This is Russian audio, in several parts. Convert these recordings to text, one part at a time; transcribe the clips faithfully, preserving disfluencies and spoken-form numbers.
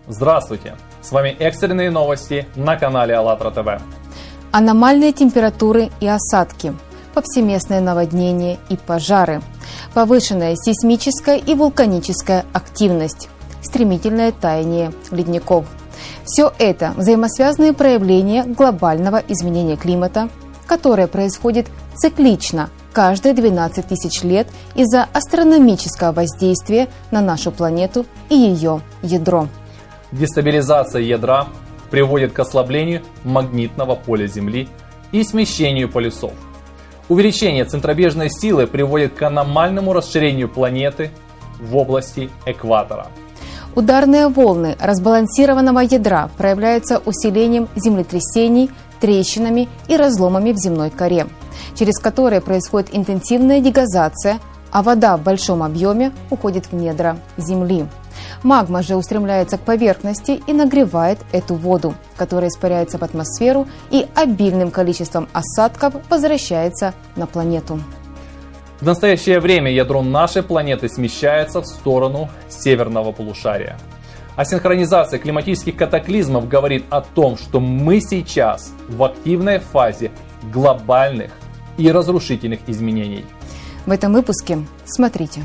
Здравствуйте! С вами экстренные новости на канале АЛЛАТРА ТВ. Аномальные температуры и осадки, повсеместное наводнение и пожары, повышенная сейсмическая и вулканическая активность, стремительное таяние ледников. Все это взаимосвязанные проявления глобального изменения климата, которое происходит циклично каждые двенадцать тысяч лет из-за астрономического воздействия на нашу планету и ее ядро. Дестабилизация ядра приводит к ослаблению магнитного поля Земли и смещению полюсов. Увеличение центробежной силы приводит к аномальному расширению планеты в области экватора. Ударные волны разбалансированного ядра проявляются усилением землетрясений, трещинами и разломами в земной коре, через которые происходит интенсивная дегазация, а вода в большом объеме уходит в недра Земли. Магма же устремляется к поверхности и нагревает эту воду, которая испаряется в атмосферу и обильным количеством осадков возвращается на планету. В настоящее время ядро нашей планеты смещается в сторону северного полушария. А синхронизация климатических катаклизмов говорит о том, что мы сейчас в активной фазе глобальных и разрушительных изменений. В этом выпуске смотрите.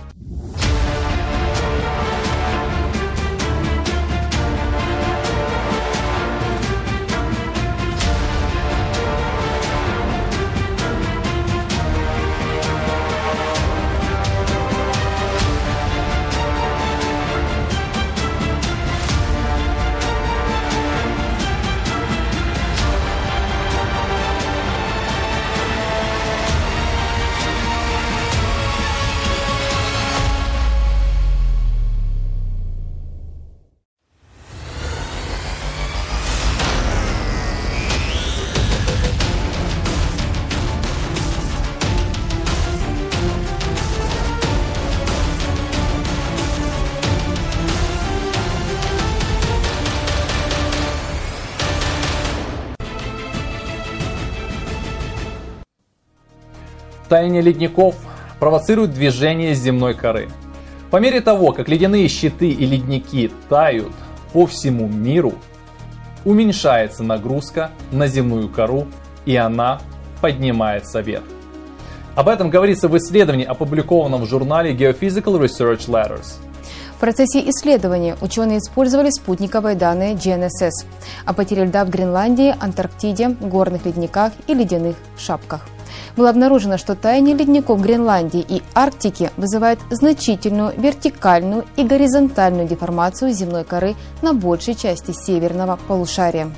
Таяние ледников провоцирует движение земной коры. По мере того, как ледяные щиты и ледники тают по всему миру, уменьшается нагрузка на земную кору, и она поднимается вверх. Об этом говорится в исследовании, опубликованном в журнале Geophysical Research Letters. В процессе исследования ученые использовали спутниковые данные джи эн эс эс о потере льда в Гренландии, Антарктиде, горных ледниках и ледяных шапках. Было обнаружено, что таяние ледников в Гренландии и Арктике вызывает значительную вертикальную и горизонтальную деформацию земной коры на большей части северного полушария.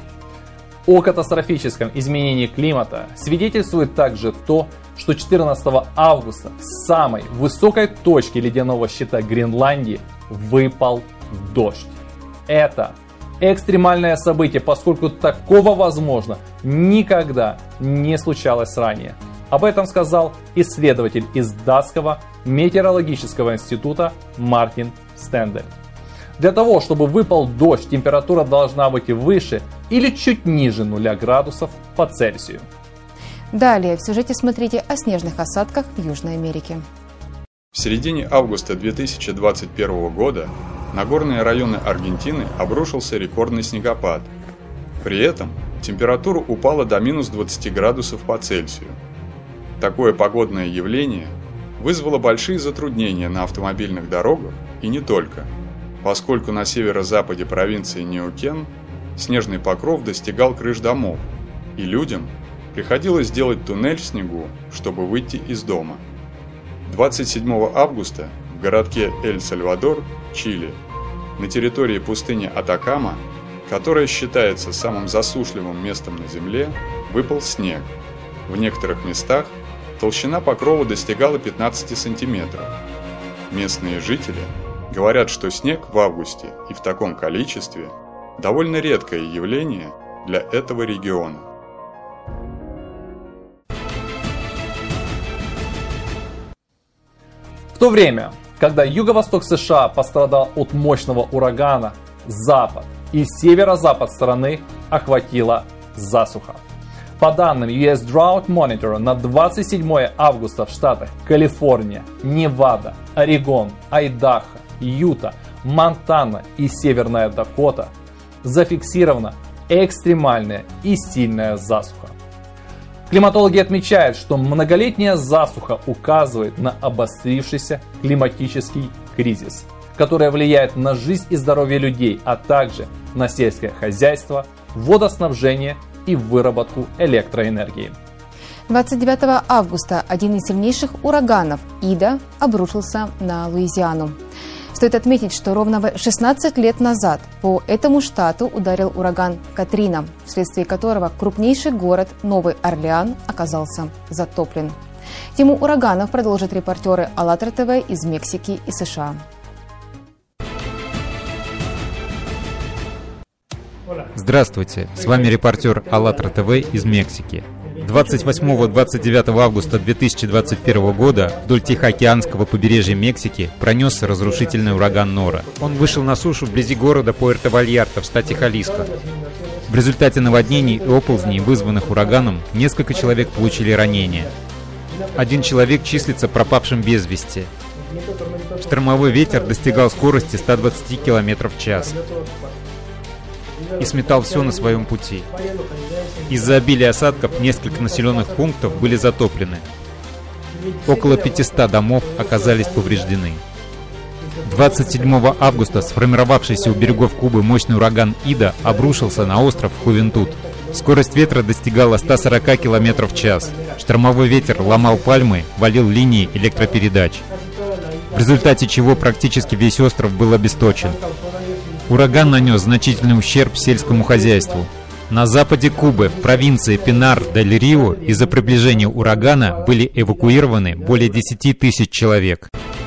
О катастрофическом изменении климата свидетельствует также то, что четырнадцатого августа в самой высокой точке ледяного щита Гренландии выпал дождь. Это экстремальное событие, поскольку такого, возможно, никогда не случалось ранее. Об этом сказал исследователь из датского метеорологического института Мартин Стендель. Для того, чтобы выпал дождь, температура должна быть выше или чуть ниже нуля градусов по Цельсию. Далее в сюжете смотрите о снежных осадках в Южной Америке. В середине августа две тысячи двадцать первого года на горные районы Аргентины обрушился рекордный снегопад. При этом температура упала до минус двадцати градусов по Цельсию. Такое погодное явление вызвало большие затруднения на автомобильных дорогах и не только, поскольку на северо-западе провинции Неукен снежный покров достигал крыш домов, и людям приходилось делать туннель в снегу, чтобы выйти из дома. двадцать седьмого августа в городке Эль-Сальвадор, Чили, на территории пустыни Атакама, которая считается самым засушливым местом на Земле, выпал снег. В некоторых местах толщина покрова достигала пятнадцати сантиметров. Местные жители говорят, что снег в августе и в таком количестве довольно редкое явление для этого региона. В то время, когда юго-восток США пострадал от мощного урагана, запад и северо-запад страны охватила засуха. По данным ю эс Drought Monitor, на двадцать седьмое августа в штатах Калифорния, Невада, Орегон, Айдахо, Юта, Монтана и Северная Дакота зафиксирована экстремальная и сильная засуха. Климатологи отмечают, что многолетняя засуха указывает на обострившийся климатический кризис, который влияет на жизнь и здоровье людей, а также на сельское хозяйство, водоснабжение и выработку электроэнергии. двадцать девятого августа один из сильнейших ураганов Ида обрушился на Луизиану. Стоит отметить, что ровно шестнадцать лет назад по этому штату ударил ураган Катрина, вследствие которого крупнейший город Новый Орлеан оказался затоплен. Тему ураганов продолжат репортеры АЛЛАТРА ТВ из Мексики и США. Здравствуйте, с вами репортер АЛЛАТРА ТВ из Мексики. двадцать восьмого — двадцать девятого августа две тысячи двадцать первого года вдоль Тихоокеанского побережья Мексики пронесся разрушительный ураган Нора. Он вышел на сушу вблизи города Пуэрто-Вальярта в штате Халиско. В результате наводнений и оползней, вызванных ураганом, несколько человек получили ранения. Один человек числится пропавшим без вести. Штормовой ветер достигал скорости ста двадцати километров в час и сметал все на своем пути. Из-за обилия осадков несколько населенных пунктов были затоплены. Около пятисот домов оказались повреждены. двадцать седьмого августа сформировавшийся у берегов Кубы мощный ураган Ида обрушился на остров Хувентуд. Скорость ветра достигала ста сорока километров в час. Штормовой ветер ломал пальмы, валил линии электропередач, в результате чего практически весь остров был обесточен. Ураган нанес значительный ущерб сельскому хозяйству. На западе Кубы, в провинции Пинар-дель-Рио, из-за приближения урагана были эвакуированы более десяти тысяч человек.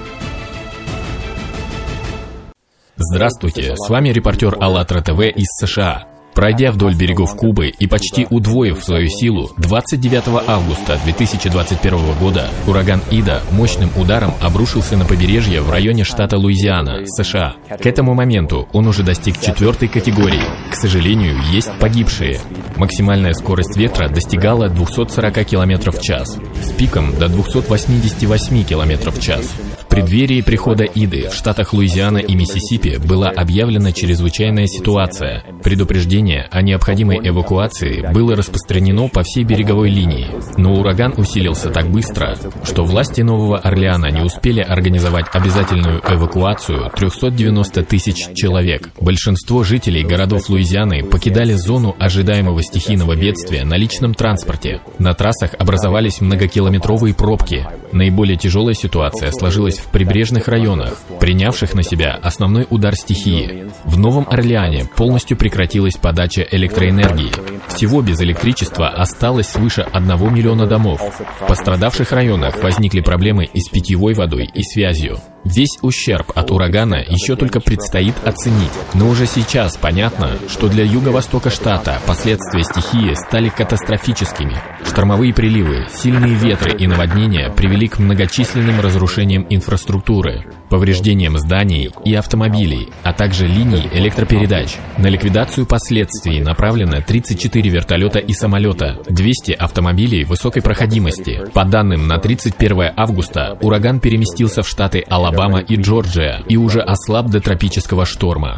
Здравствуйте, с вами репортер АЛЛАТРА ТВ из США. Пройдя вдоль берегов Кубы и почти удвоив свою силу, двадцать девятого августа две тысячи двадцать первого года ураган Ида мощным ударом обрушился на побережье в районе штата Луизиана, США. К этому моменту он уже достиг четвертой категории. К сожалению, есть погибшие. Максимальная скорость ветра достигала двухсот сорока километров в час, с пиком до двухсот восьмидесяти восьми километров в час. В преддверии прихода Иды в штатах Луизиана и Миссисипи была объявлена чрезвычайная ситуация. Предупреждение о необходимой эвакуации было распространено по всей береговой линии. Но ураган усилился так быстро, что власти Нового Орлеана не успели организовать обязательную эвакуацию трёхсот девяноста тысяч человек. Большинство жителей городов Луизианы покидали зону ожидаемого стихийного бедствия на личном транспорте. На трассах образовались многокилометровые пробки. Наиболее тяжелая ситуация сложилась в прибрежных районах, принявших на себя основной удар стихии. В Новом Орлеане полностью прекратилась подача электроэнергии. Всего без электричества осталось свыше одного миллиона домов. В пострадавших районах возникли проблемы и с питьевой водой, и связью. Весь ущерб от урагана еще только предстоит оценить, но уже сейчас понятно, что для юго-востока штата последствия стихии стали катастрофическими. Штормовые приливы, сильные ветры и наводнения привели к многочисленным разрушениям инфраструктуры, повреждениям зданий и автомобилей, а также линий электропередач. На ликвидацию последствий направлено тридцать четыре вертолета и самолета, двести автомобилей высокой проходимости. По данным на тридцать первое августа, ураган переместился в штаты Алабама и Джорджия и уже ослаб до тропического шторма.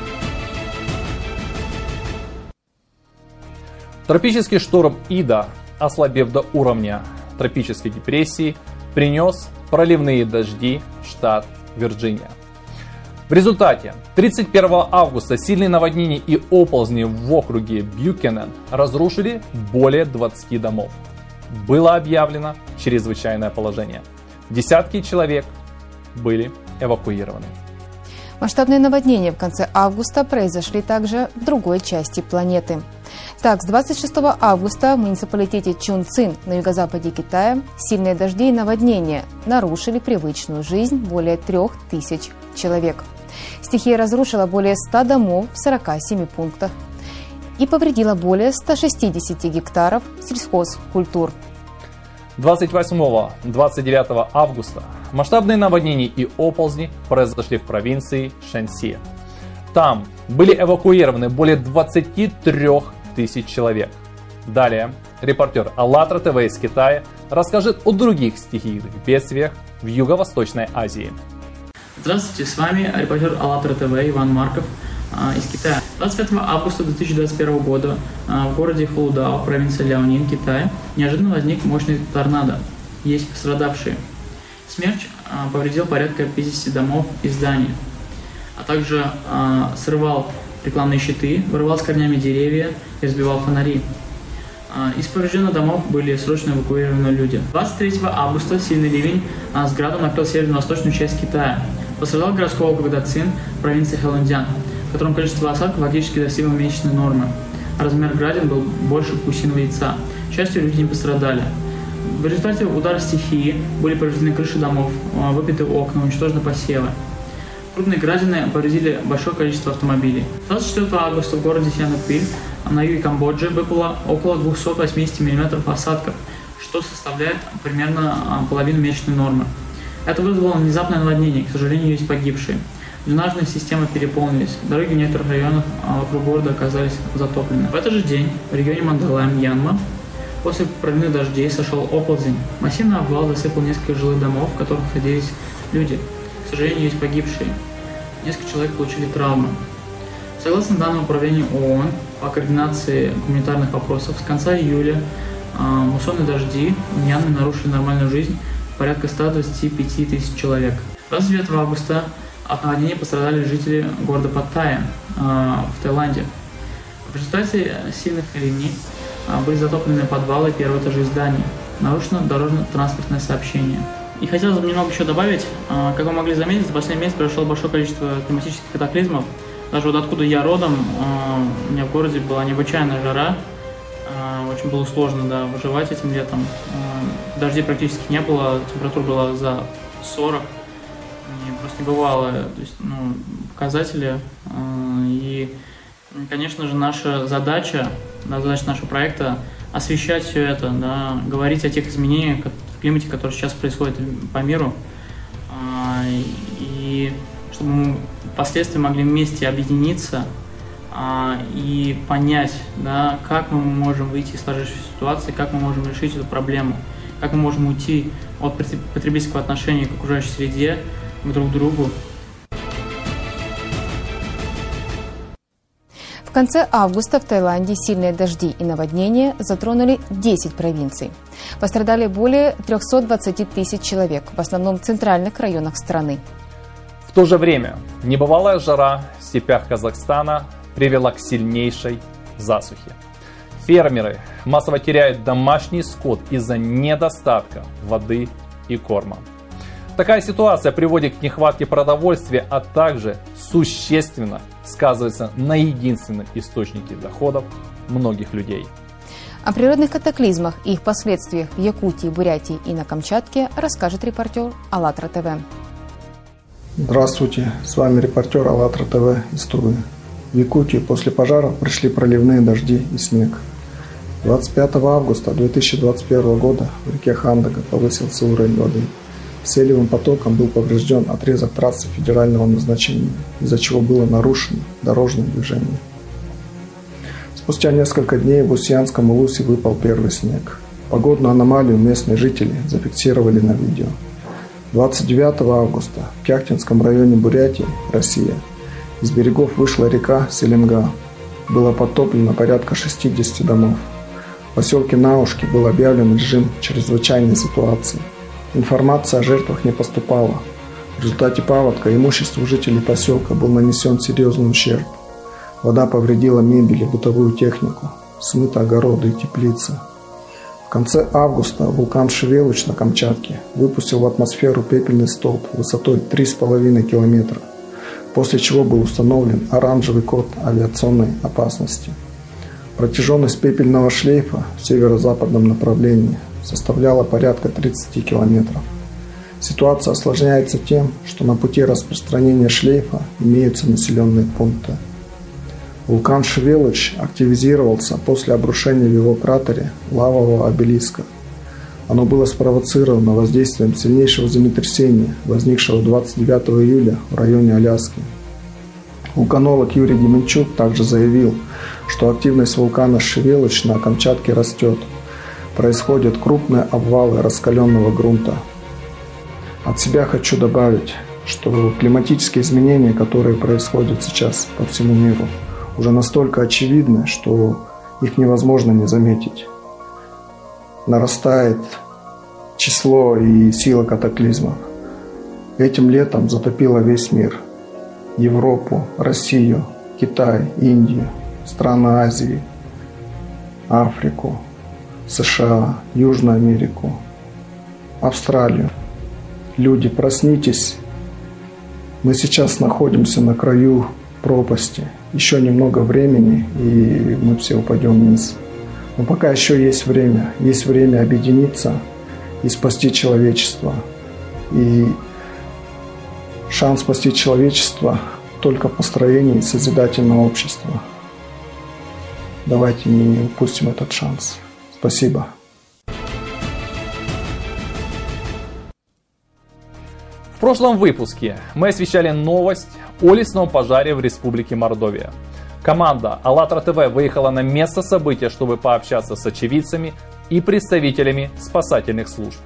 Тропический шторм Ида, ослабев до уровня тропической депрессии, принес проливные дожди в штат Вирджиния. В результате тридцать первого августа сильные наводнения и оползни в округе Бьюкенен разрушили более двадцати домов. Было объявлено чрезвычайное положение. Десятки человек были эвакуированы. Масштабные наводнения в конце августа произошли также в другой части планеты. Так, с двадцать шестого августа в муниципалитете Чунцин на юго-западе Китая сильные дожди и наводнения нарушили привычную жизнь более трех тысяч человек. Стихия разрушила более ста домов в сорока семи пунктах и повредила более ста шестидесяти гектаров сельхозкультур. двадцать восьмого — двадцать девятого августа масштабные наводнения и оползни произошли в провинции Шэньси. Там были эвакуированы более двадцати трёх тысяч человек. Далее репортер АЛЛАТРА ТВ из Китая расскажет о других стихийных бедствиях в Юго-Восточной Азии. Здравствуйте, с вами репортер АЛЛАТРА ТВ Иван Марков э, из Китая. двадцать пятого августа две тысячи двадцать первого года э, в городе Хулудао, провинция Ляонин, Китай, неожиданно возник мощный торнадо. Есть пострадавшие. Смерч э, повредил порядка пятидесяти домов и зданий, а также э, срывал рекламные щиты, вырывал с корнями деревья и разбивал фонари. Из поврежденных домов были срочно эвакуированы люди. двадцать третьего августа сильный ливень с градом накрыл северо-восточную часть Китая. Пострадал городской округ Дацин, провинции Хэлунцзян, в котором количество осадков фактически достигло месячной нормы. Размер градин был больше гусиного яйца. К счастью, люди не пострадали. В результате удара стихии были повреждены крыши домов, выбиты окна, уничтожены посевы. Крупные градины повредили большое количество автомобилей. двадцать четвёртого августа в городе Сиануквиль на юге Камбоджи выпало около двухсот восьмидесяти миллиметров осадков, что составляет примерно половину месячной нормы. Это вызвало внезапное наводнение, к сожалению, есть погибшие. Дренажные системы переполнились, дороги в некоторых районах вокруг города оказались затоплены. В этот же день в регионе Мандалай, Мьянма, после проливных дождей сошел оползень. Массивный обвал засыпал несколько жилых домов, в которых находились люди. К сожалению, есть погибшие. Несколько человек получили травмы. Согласно данным управления ООН по координации гуманитарных вопросов, с конца июля э, муссонные дожди в Мьянме нарушили нормальную жизнь порядка ста двадцати пяти тысяч человек. двадцать девятого августа от наводнения пострадали жители города Паттайя э, в Таиланде. В результате сильных ливней э, были затоплены подвалы и первые этажи зданий. Нарушено дорожно-транспортное сообщение. И хотелось бы немного еще добавить, как вы могли заметить, за последний месяц произошло большое количество климатических катаклизмов. Даже вот откуда я родом, у меня в городе была необычайная жара, очень было сложно, да, выживать этим летом. Дождей практически не было, температура была за сорок, и просто небывалые, то есть, ну, показатели. И, конечно же, наша задача, да, задача нашего проекта освещать все это, да, говорить о тех изменениях в климате, которые сейчас происходят по миру, и чтобы мы впоследствии могли вместе объединиться и понять, да, как мы можем выйти из сложившейся ситуации, как мы можем решить эту проблему, как мы можем уйти от потребительского отношения к окружающей среде, к друг другу. В конце августа в Таиланде сильные дожди и наводнения затронули десять провинций. Пострадали более трёхсот двадцати тысяч человек, в основном в центральных районах страны. В то же время небывалая жара в степях Казахстана привела к сильнейшей засухе. Фермеры массово теряют домашний скот из-за недостатка воды и корма. Такая ситуация приводит к нехватке продовольствия, а также существенно сказывается на единственном источнике доходов многих людей. О природных катаклизмах и их последствиях в Якутии, Бурятии и на Камчатке расскажет репортер АЛЛАТРА ТВ. Здравствуйте, с вами репортер АЛЛАТРА ТВ из Тувы. В Якутии после пожаров пришли проливные дожди и снег. двадцать пятого августа две тысячи двадцать первого года в реке Хандага повысился уровень воды. Селевым потоком был поврежден отрезок трассы федерального назначения, из-за чего было нарушено дорожное движение. Спустя несколько дней в Усьянском Улусе выпал первый снег. Погодную аномалию местные жители зафиксировали на видео. двадцать девятого августа в Кяхтинском районе Бурятии, Россия, из берегов вышла река Селенга. Было потоплено порядка шестидесяти домов. В поселке Наушки был объявлен режим чрезвычайной ситуации. Информация о жертвах не поступала. В результате паводка имуществу жителей поселка был нанесен серьезный ущерб. Вода повредила мебель и бытовую технику, смыто огороды и теплицы. В конце августа вулкан Шевелуч на Камчатке выпустил в атмосферу пепельный столб высотой три с половиной километра, после чего был установлен оранжевый код авиационной опасности. Протяженность пепельного шлейфа в северо-западном направлении составляла порядка тридцати километров. Ситуация осложняется тем, что на пути распространения шлейфа имеются населенные пункты. Вулкан Шевелуч активизировался после обрушения в его кратере лавового обелиска. Оно было спровоцировано воздействием сильнейшего землетрясения, возникшего двадцать девятого июля в районе Аляски. Вулканолог Юрий Деменчук также заявил, что активность вулкана Шевелуч на Камчатке растет. Происходят крупные обвалы раскаленного грунта. От себя хочу добавить, что климатические изменения, которые происходят сейчас по всему миру, уже настолько очевидны, что их невозможно не заметить. Нарастает число и сила катаклизмов. Этим летом затопило весь мир. Европу, Россию, Китай, Индию, страны Азии, Африку, США, Южную Америку, Австралию. Люди, проснитесь. Мы сейчас находимся на краю пропасти. Еще немного времени, и мы все упадем вниз. Но пока еще есть время. Есть время объединиться и спасти человечество. И шанс спасти человечество только в построении созидательного общества. Давайте не упустим этот шанс. Спасибо. В прошлом выпуске мы освещали новость о лесном пожаре в Республике Мордовия. Команда АЛЛАТРА ТВ выехала на место события, чтобы пообщаться с очевидцами и представителями спасательных служб.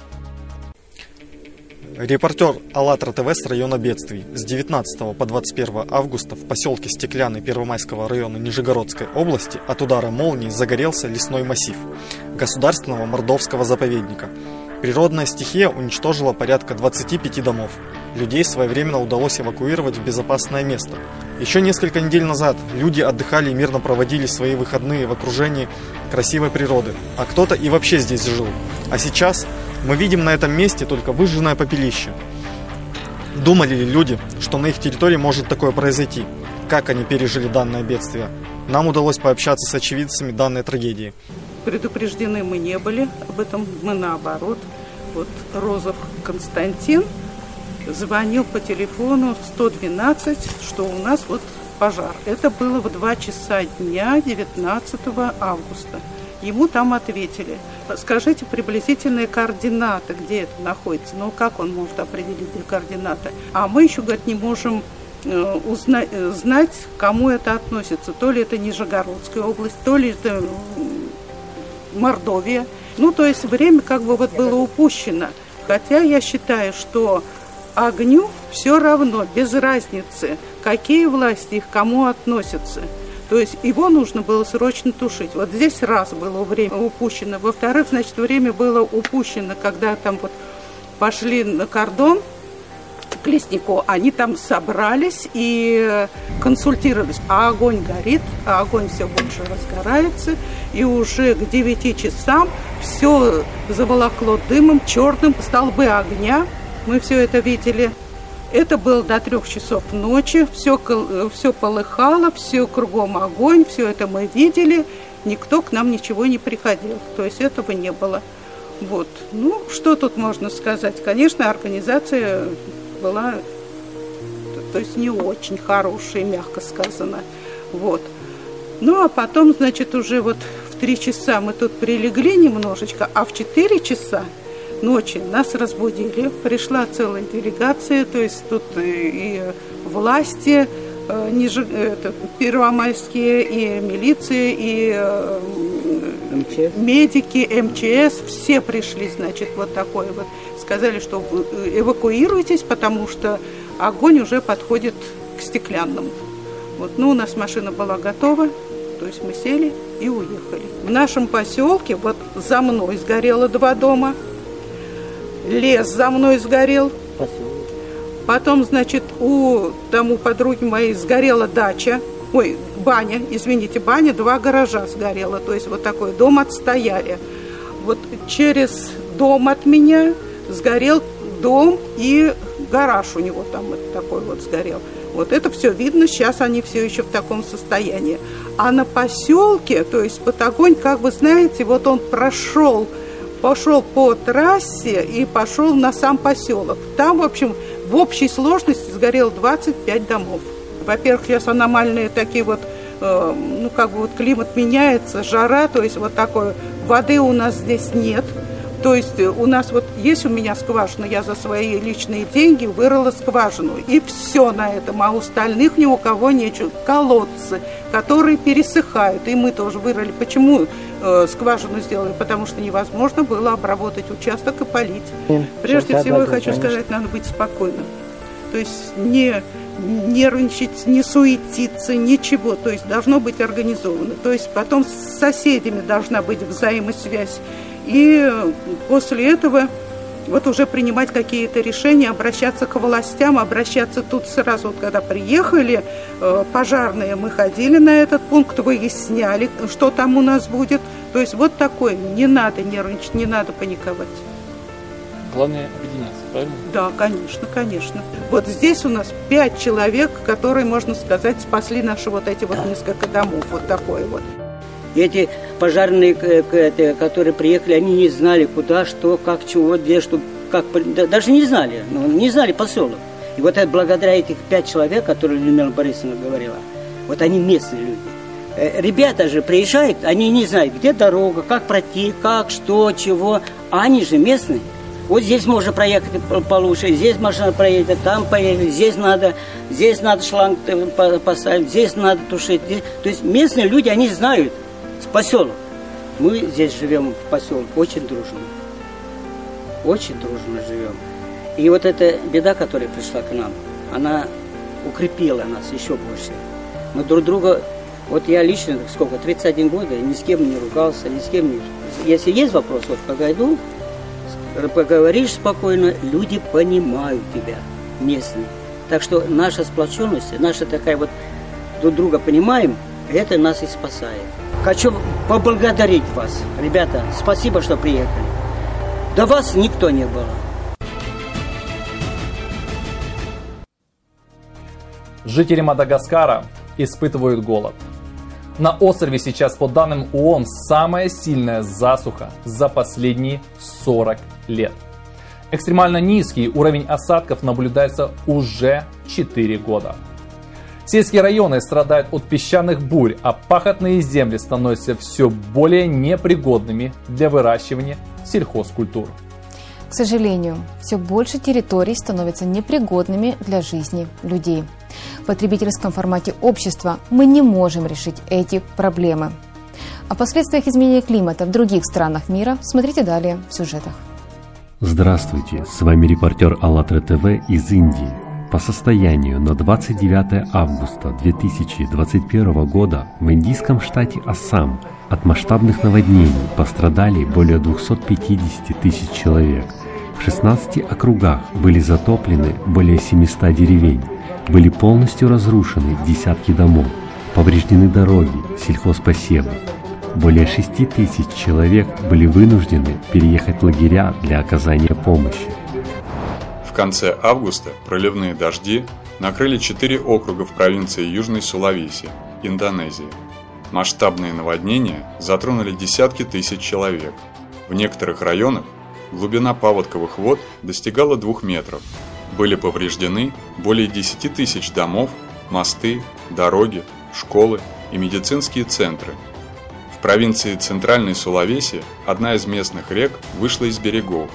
Репортер АЛЛАТРА ТВ с района бедствий. С девятнадцатого по двадцать первое августа в поселке Стеклянный Первомайского района Нижегородской области от удара молнии загорелся лесной массив государственного мордовского заповедника. Природная стихия уничтожила порядка двадцати пяти домов. Людей своевременно удалось эвакуировать в безопасное место. Еще несколько недель назад люди отдыхали и мирно проводили свои выходные в окружении красивой природы, а кто-то и вообще здесь жил. А сейчас мы видим на этом месте только выжженное попелище. Думали ли люди, что на их территории может такое произойти? Как они пережили данное бедствие? Нам удалось пообщаться с очевидцами данной трагедии. Предупреждены мы не были об этом, мы наоборот. Вот Розов Константин звонил по телефону сто двенадцать, что у нас вот пожар. Это было в два часа дня девятнадцатого августа. Ему там ответили: скажите приблизительные координаты, где это находится. Ну, как он может определить, где координаты? А мы еще, говорит, не можем э, узнать, знать, к кому это относится. То ли это Нижегородская область, то ли это Мордовия. Ну, то есть время как бы вот было упущено. Хотя я считаю, что огню все равно, без разницы, какие власти их к кому относятся. То есть его нужно было срочно тушить. Вот здесь раз было время упущено. Во-вторых, значит, время было упущено, когда там вот пошли на кордон к леснику, они там собрались и консультировались. А огонь горит, а огонь все больше разгорается. И уже к девяти часам все заволокло дымом, черным, столбы огня. Мы все это видели. Это было до трех часов ночи. Все, все полыхало, все кругом огонь. Все это мы видели. Никто к нам ничего не приходил. То есть этого не было. Вот. Ну, что тут можно сказать? Конечно, организация была, то есть не очень хорошая, мягко сказано. Вот. Ну, а потом, значит, уже вот в три часа мы тут прилегли немножечко, а в четыре часа ночи нас разбудили. Пришла целая делегация, то есть тут и, и власти, э, ниже, это, первомайские, и милиция, и э, медики, эм че эс, все пришли, значит, вот такое вот. Сказали, что эвакуируйтесь, потому что огонь уже подходит к Стеклянному. Вот, ну, у нас машина была готова, то есть мы сели и уехали. В нашем поселке вот за мной сгорело два дома, лес за мной сгорел. Потом, значит, у, там, у подруги моей сгорела дача, ой, баня, извините, баня, два гаража сгорело, то есть вот такой дом отстояли. Вот через дом от меня сгорел дом и гараж у него там вот такой вот сгорел. Вот это все видно, сейчас они все еще в таком состоянии. А на поселке, то есть под огонь, как вы знаете, вот он прошел, пошел по трассе и пошел на сам поселок. Там, в общем, в общей сложности сгорело двадцать пять домов. Во-первых, сейчас аномальные такие вот, э, ну как бы вот климат меняется, жара, то есть вот такой, воды у нас здесь нет. То есть у нас вот есть у меня скважина, я за свои личные деньги вырыла скважину. И все на этом, а у остальных ни у кого нечего. Колодцы, которые пересыхают. И мы тоже вырыли. Почему э, скважину сделали? Потому что невозможно было обработать участок и полить. Прежде всего, я хочу сказать, надо быть спокойным. то есть не нервничать, не суетиться, ничего, то есть должно быть организовано. То есть потом с соседями должна быть взаимосвязь. И после этого вот уже принимать какие-то решения, обращаться к властям, обращаться тут сразу, вот, когда приехали пожарные, мы ходили на этот пункт, выясняли, что там у нас будет. То есть вот такое, не надо нервничать, не надо паниковать. Главное объединяться, правильно? Да, конечно, конечно. Вот здесь у нас пять человек, которые, можно сказать, спасли наши вот эти вот несколько домов. Вот такое вот. Эти пожарные, которые приехали, они не знали, куда, что, как, чего, где, что, как. Даже не знали, ну, не знали поселок. И вот это благодаря этих пять человек, которые Людмила Борисовна говорила, вот они местные люди. Ребята же приезжают, они не знают, где дорога, как пройти, как, что, чего. А они же местные. Вот здесь можно проехать получше, здесь машина проедет, там поедет, здесь надо, здесь надо шланг поставить, здесь надо тушить. Здесь. То есть местные люди, они знают поселок. Мы здесь живем в поселке очень дружно. Очень дружно живем. И вот эта беда, которая пришла к нам, она укрепила нас еще больше. Мы друг друга, вот я лично, сколько, тридцать один год, ни с кем не ругался, ни с кем не... Если есть вопрос, вот пойду, поговоришь спокойно, люди понимают тебя, местные. Так что наша сплоченность, наша такая вот друг друга понимаем, это нас и спасает. Хочу поблагодарить вас, ребята, спасибо, что приехали. До вас никто не было. Жители Мадагаскара испытывают голод. На острове сейчас, по данным ООН, самая сильная засуха за последние сорок лет. Экстремально низкий уровень осадков наблюдается уже четыре года. Сельские районы страдают от песчаных бурь, а пахотные земли становятся все более непригодными для выращивания сельхозкультур. К сожалению, все больше территорий становятся непригодными для жизни людей. В потребительском формате общества мы не можем решить эти проблемы. О последствиях изменения климата в других странах мира смотрите далее в сюжетах. Здравствуйте, с вами репортер АЛЛАТРА ТВ из Индии. По состоянию на двадцать девятое августа две тысячи двадцать первого года в индийском штате Ассам от масштабных наводнений пострадали более двухсот пятидесяти тысяч человек. В шестнадцати округах были затоплены более семисот деревень, были полностью разрушены десятки домов, повреждены дороги, сельхозпосевы. Более шести тысяч человек были вынуждены переехать в лагеря для оказания помощи. В конце августа проливные дожди накрыли четыре округа в провинции Южной Сулавеси, Индонезия. Масштабные наводнения затронули десятки тысяч человек. В некоторых районах глубина паводковых вод достигала двух метров. Были повреждены более десяти тысяч домов, мосты, дороги, школы и медицинские центры. В провинции Центральной Сулавеси одна из местных рек вышла из берегов.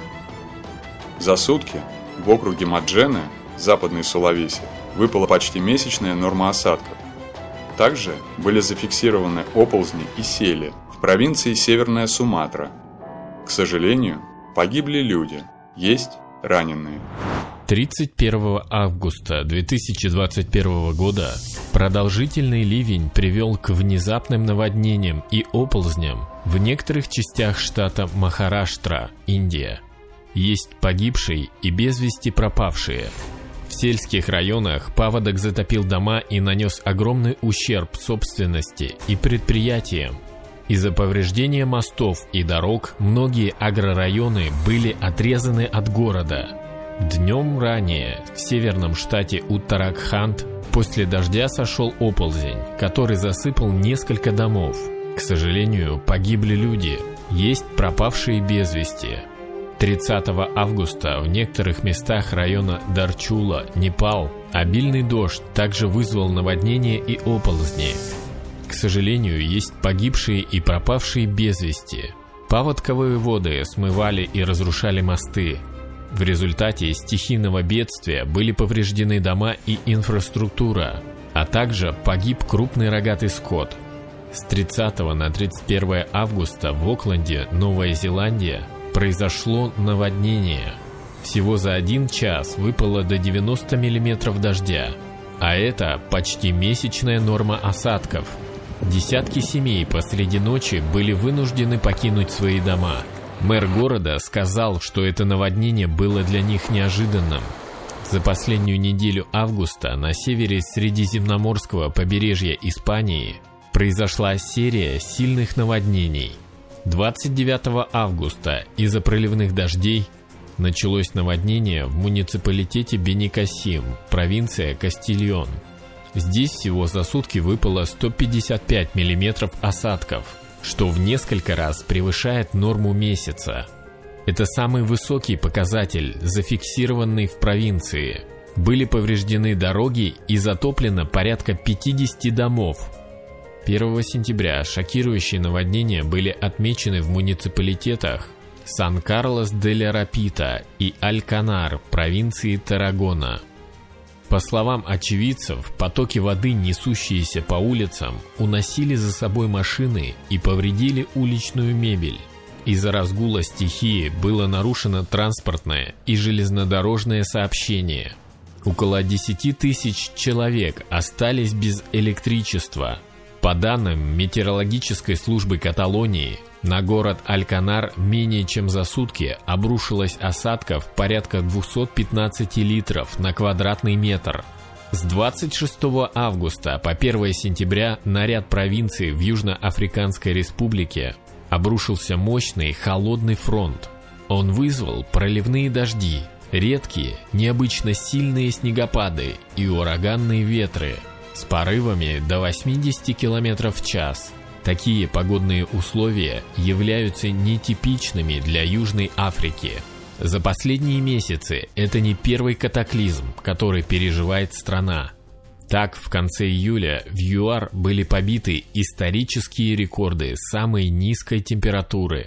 За сутки в округе Маджене, Западной Сулавеси, выпала почти месячная норма осадков. Также были зафиксированы оползни и сели в провинции Северная Суматра. К сожалению, погибли люди, есть раненые. тридцать первого августа две тысячи двадцать первого года продолжительный ливень привел к внезапным наводнениям и оползням в некоторых частях штата Махараштра, Индия. Есть погибшие и без вести пропавшие. В сельских районах паводок затопил дома и нанес огромный ущерб собственности и предприятиям. Из-за повреждения мостов и дорог многие агрорайоны были отрезаны от города. Днем ранее в северном штате Уттараханд после дождя сошел оползень, который засыпал несколько домов. К сожалению, погибли люди, есть пропавшие без вести. тридцатого августа в некоторых местах района Дарчула, Непал, обильный дождь также вызвал наводнения и оползни. К сожалению, есть погибшие и пропавшие без вести. Паводковые воды смывали и разрушали мосты. В результате стихийного бедствия были повреждены дома и инфраструктура, а также погиб крупный рогатый скот. С тридцатого на тридцать первое августа в Окленде, Новая Зеландия, произошло наводнение. Всего за один час выпало до девяноста миллиметров дождя, а это почти месячная норма осадков. Десятки семей посреди ночи были вынуждены покинуть свои дома. Мэр города сказал, что это наводнение было для них неожиданным. За последнюю неделю августа на севере Средиземноморского побережья Испании произошла серия сильных наводнений. двадцать девятого августа из-за проливных дождей началось наводнение в муниципалитете Беникасим, провинция Кастильон. Здесь всего за сутки выпало сто пятьдесят пять миллиметров осадков, что в несколько раз превышает норму месяца. Это самый высокий показатель, зафиксированный в провинции. Были повреждены дороги и затоплено порядка пятидесяти домов. первого сентября шокирующие наводнения были отмечены в муниципалитетах Сан-Карлос-де-ля-Рапита и Альканар провинции Таррагона. По словам очевидцев, потоки воды, несущиеся по улицам, уносили за собой машины и повредили уличную мебель. Из-за разгула стихии было нарушено транспортное и железнодорожное сообщение. Около десяти тысяч человек остались без электричества. По данным метеорологической службы Каталонии, на город Альканар менее чем за сутки обрушилось осадков порядка двухсот пятнадцати литров на квадратный метр. С двадцать шестого августа по первое сентября на ряд провинций в Южноафриканской республике обрушился мощный холодный фронт. Он вызвал проливные дожди, редкие, необычно сильные снегопады и ураганные ветры с порывами до восьмидесяти километров в час. Такие погодные условия являются нетипичными для Южной Африки. За последние месяцы это не первый катаклизм, который переживает страна. Так, в конце июля в ЮАР были побиты исторические рекорды самой низкой температуры.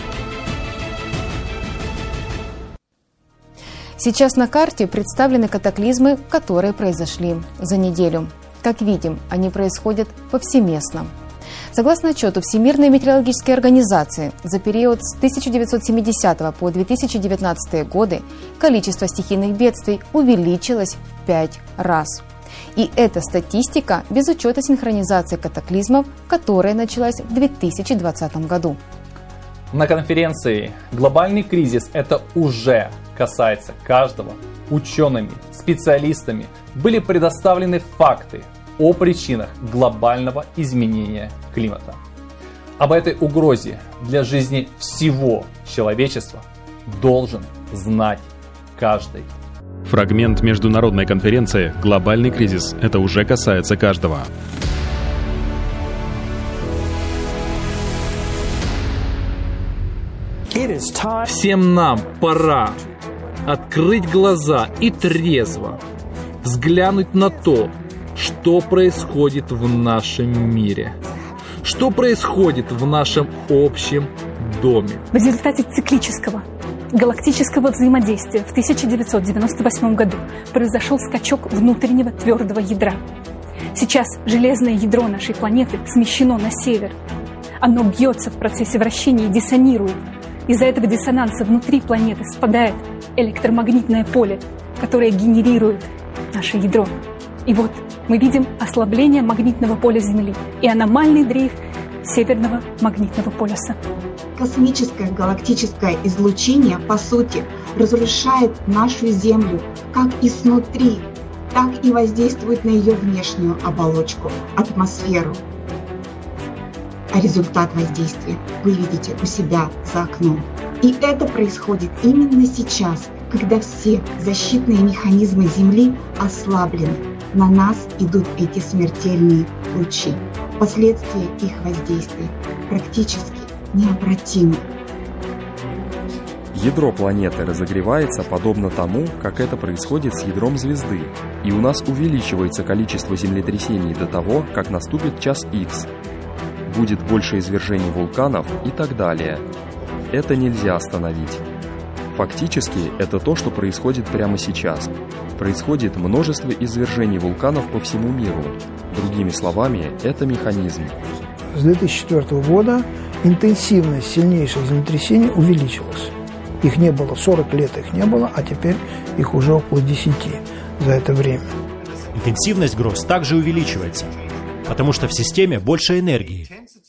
Сейчас на карте представлены катаклизмы, которые произошли за неделю. Как видим, они происходят повсеместно. Согласно отчету Всемирной метеорологической организации, за период с тысяча девятьсот семидесятого по две тысячи девятнадцатый годы количество стихийных бедствий увеличилось в пять раз. И эта статистика без учета синхронизации катаклизмов, которая началась в две тысячи двадцатом году. На конференции «Глобальный кризис – это уже касается каждого» учеными, специалистами были предоставлены факты о причинах глобального изменения климата. Об этой угрозе для жизни всего человечества должен знать каждый. Фрагмент международной конференции «Глобальный кризис – это уже касается каждого». Всем нам пора открыть глаза и трезво взглянуть на то, что происходит в нашем мире, что происходит в нашем общем доме. В результате циклического галактического взаимодействия в тысяча девятьсот девяносто восьмом году произошел скачок внутреннего твердого ядра. Сейчас железное ядро нашей планеты смещено на север. Оно бьется в процессе вращения и диссонирует. Из-за этого диссонанса внутри планеты спадает электромагнитное поле, которое генерирует наше ядро. И вот мы видим ослабление магнитного поля Земли и аномальный дрейф северного магнитного полюса. Космическое галактическое излучение, по сути, разрушает нашу Землю как изнутри, так и воздействует на ее внешнюю оболочку, атмосферу. А результат воздействия вы видите у себя за окном. И это происходит именно сейчас, когда все защитные механизмы Земли ослаблены. На нас идут эти смертельные лучи. Последствия их воздействия практически необратимы. Ядро планеты разогревается подобно тому, как это происходит с ядром звезды, и у нас увеличивается количество землетрясений до того, как наступит час Х. Будет больше извержений вулканов и так далее. Это нельзя остановить. Фактически, это то, что происходит прямо сейчас. Происходит множество извержений вулканов по всему миру. Другими словами, это механизм. С две тысячи четвёртого года интенсивность сильнейших землетрясений увеличилась. Их не было, сорок лет их не было, а теперь их уже около десяти за это время. Интенсивность гроз также увеличивается, потому что в системе больше энергии.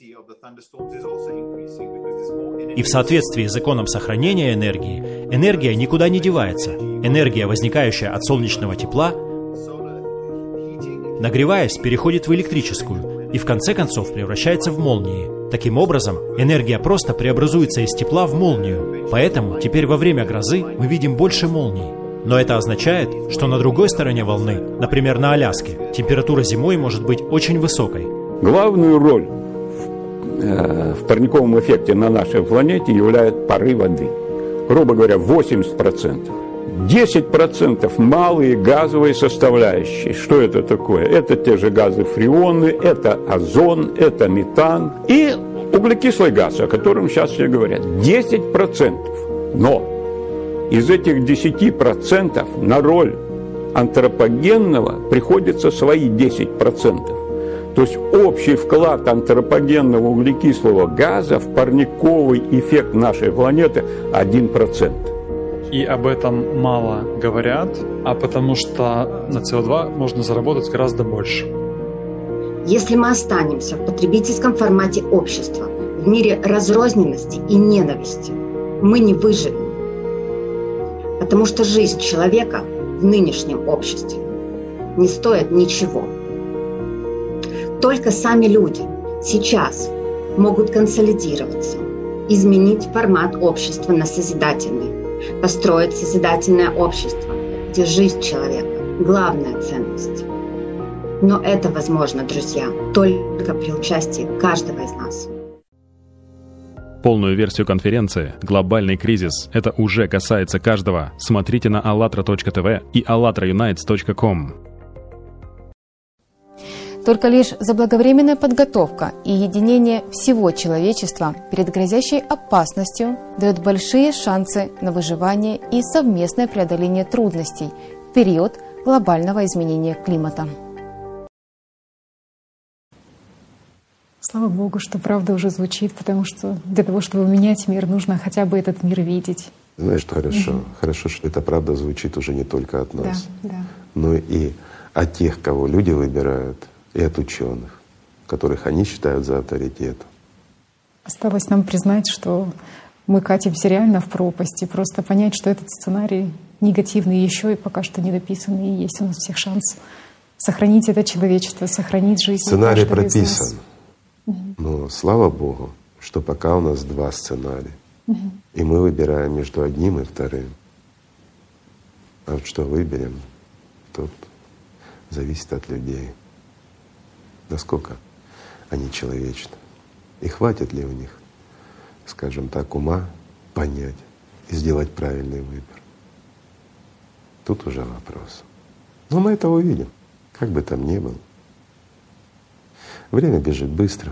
И в соответствии с законом сохранения энергии, энергия никуда не девается. Энергия, возникающая от солнечного тепла, нагреваясь, переходит в электрическую и в конце концов превращается в молнии. Таким образом, энергия просто преобразуется из тепла в молнию. Поэтому теперь во время грозы мы видим больше молний. Но это означает, что на другой стороне волны, например, на Аляске, температура зимой может быть очень высокой. Главную роль в парниковом эффекте на нашей планете являют пары воды. Грубо говоря, восемьдесят процентов. десять процентов малые газовые составляющие. Что это такое? Это те же газы фреоны, это озон, это метан и углекислый газ, о котором сейчас все говорят. десять процентов. Но из этих десяти процентов на роль антропогенного приходится свои десять процентов. То есть общий вклад антропогенного углекислого газа в парниковый эффект нашей планеты один процент. И об этом мало говорят, а потому что на С О два можно заработать гораздо больше. Если мы останемся в потребительском формате общества, в мире разрозненности и ненависти, мы не выживем. Потому что жизнь человека в нынешнем обществе не стоит ничего. Только сами люди сейчас могут консолидироваться, изменить формат общества на созидательный, построить созидательное общество, где жизнь человека – главная ценность. Но это возможно, друзья, только при участии каждого из нас. Полную версию конференции «Глобальный кризис» — это уже касается каждого. Смотрите на АЛЛАТРА точка тэ вэ и аллатра юнайтс точка ком. Только лишь заблаговременная подготовка и единение всего человечества перед грозящей опасностью дает большие шансы на выживание и совместное преодоление трудностей в период глобального изменения климата. Слава Богу, что правда уже звучит, потому что для того, чтобы менять мир, нужно хотя бы этот мир видеть. Знаешь, что хорошо? Угу. Хорошо, что эта правда звучит уже не только от нас, да, да. но и от тех, кого люди выбирают, и от ученых, которых они считают за авторитет. Осталось нам признать, что мы катимся реально в пропасть, и просто понять, что этот сценарий негативный еще и пока что недописанный, и есть у нас всех шанс сохранить это человечество, сохранить жизнь. Сценарий прописан, но слава Богу, что пока у нас два сценария, угу. и мы выбираем между одним и вторым. А вот что выберем, тут зависит от людей. Насколько они человечны. И хватит ли у них, скажем так, ума понять и сделать правильный выбор. Тут уже вопрос. Но мы это увидим, как бы там ни было. Время бежит быстро.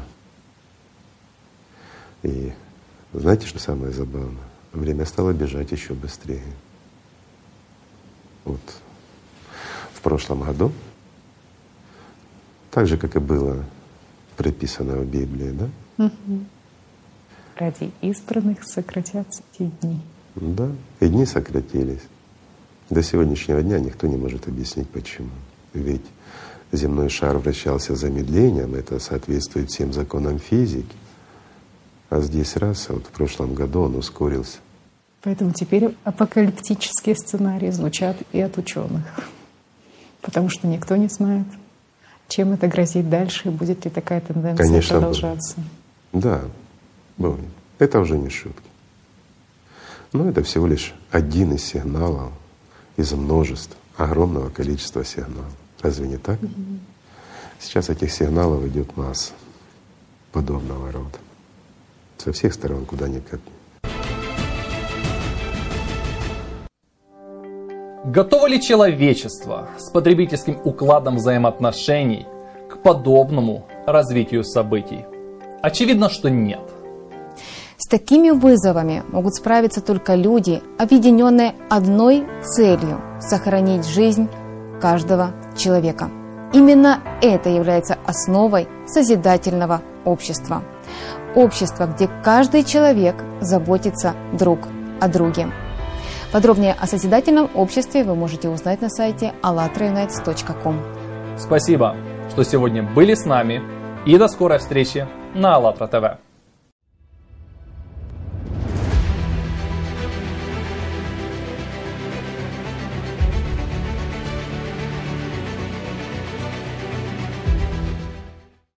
И знаете, что самое забавное? Время стало бежать еще быстрее. Вот в прошлом году, так же, как и было прописано в Библии, да? Угу. Ради избранных сократятся те дни. Да, и дни сократились. До сегодняшнего дня никто не может объяснить, почему. Ведь земной шар вращался замедлением, это соответствует всем законам физики. А здесь раз, а вот в прошлом году он ускорился. Поэтому теперь апокалиптические сценарии звучат и от ученых. Потому что никто не знает, чем это грозит дальше, и будет ли такая тенденция Конечно, продолжаться. Будет. Да, будет. Это уже не шутки. Но это всего лишь один из сигналов из множества, огромного количества сигналов. Разве не так? Mm-hmm. Сейчас этих сигналов идет масса подобного рода. Со всех сторон, куда ни копни. Готово ли человечество с потребительским укладом взаимоотношений к подобному развитию событий? Очевидно, что нет. С такими вызовами могут справиться только люди, объединенные одной целью – сохранить жизнь каждого человека. Именно это является основой созидательного общества. Общество, где каждый человек заботится друг о друге. Подробнее о созидательном обществе вы можете узнать на сайте аллатра юнайтс точка ком. Спасибо, что сегодня были с нами, и до скорой встречи на АЛЛАТРА ТВ.